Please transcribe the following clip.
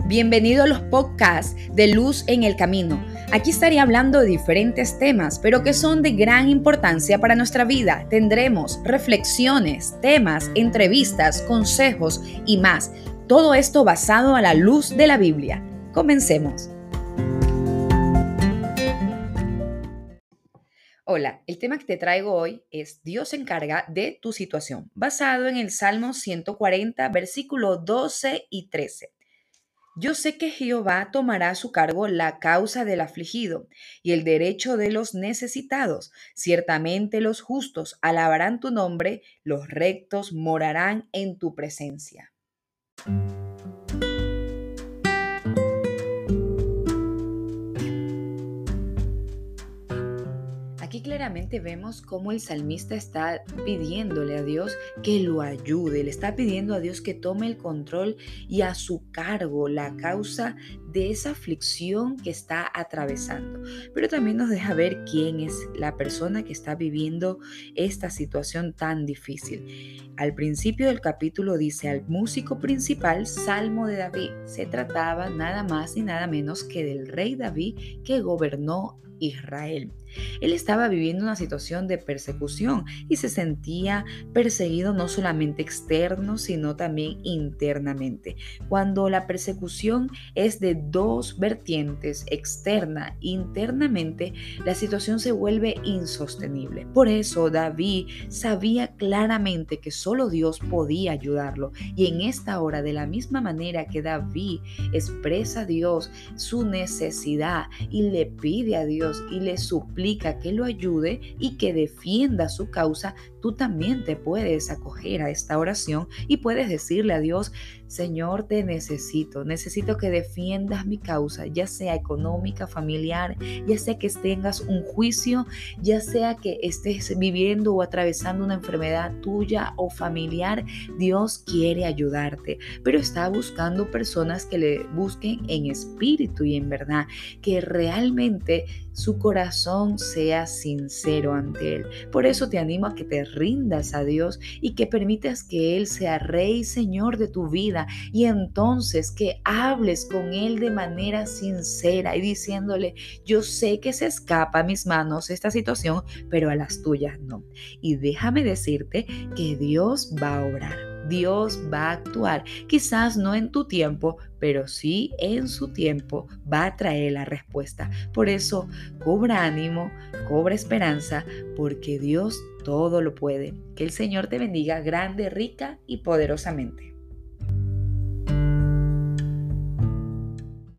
Bienvenido a los podcasts de Luz en el Camino. Aquí estaré hablando de diferentes temas, pero que son de gran importancia para nuestra vida. Tendremos reflexiones, temas, entrevistas, consejos y más. Todo esto basado a la luz de la Biblia. Comencemos. Hola, el tema que te traigo hoy es Dios se encarga de tu situación, basado en el Salmo 140, versículos 12 y 13. Yo sé que Jehová tomará a su cargo la causa del afligido y el derecho de los necesitados. Ciertamente los justos alabarán tu nombre, los rectos morarán en tu presencia. Aquí claramente vemos cómo el salmista está pidiéndole a Dios que lo ayude, le está pidiendo a Dios que tome el control y a su cargo la causa de esa aflicción que está atravesando. Pero también nos deja ver quién es la persona que está viviendo esta situación tan difícil. Al principio del capítulo dice al músico principal, Salmo de David. Se trataba nada más y nada menos que del rey David que gobernó Israel. Él estaba viviendo una situación de persecución y se sentía perseguido no solamente externo, sino también internamente. Cuando la persecución es de dos vertientes, externa e internamente, la situación se vuelve insostenible. Por eso David sabía claramente que solo Dios podía ayudarlo. Y en esta hora, de la misma manera que David expresa a Dios su necesidad y le pide a Dios y le suplica que lo ayude y que defienda su causa, tú también te puedes acoger a esta oración y puedes decirle a Dios: Señor, te necesito que defiendas mi causa, ya sea económica, familiar, ya sea que tengas un juicio, ya sea que estés viviendo o atravesando una enfermedad tuya o familiar. Dios quiere ayudarte, pero está buscando personas que le busquen en espíritu y en verdad, que realmente su corazón sea sincero ante Él. Por eso te animo a que te rindas a Dios y que permitas que Él sea Rey y Señor de tu vida, y entonces que hables con Él de manera sincera y diciéndole: yo sé que se escapa a mis manos esta situación, pero a las tuyas no. Y déjame decirte que Dios va a obrar. Dios va a actuar, quizás no en tu tiempo, pero sí en su tiempo va a traer la respuesta. Por eso, cobra ánimo, cobra esperanza, porque Dios todo lo puede. Que el Señor te bendiga grande, rica y poderosamente.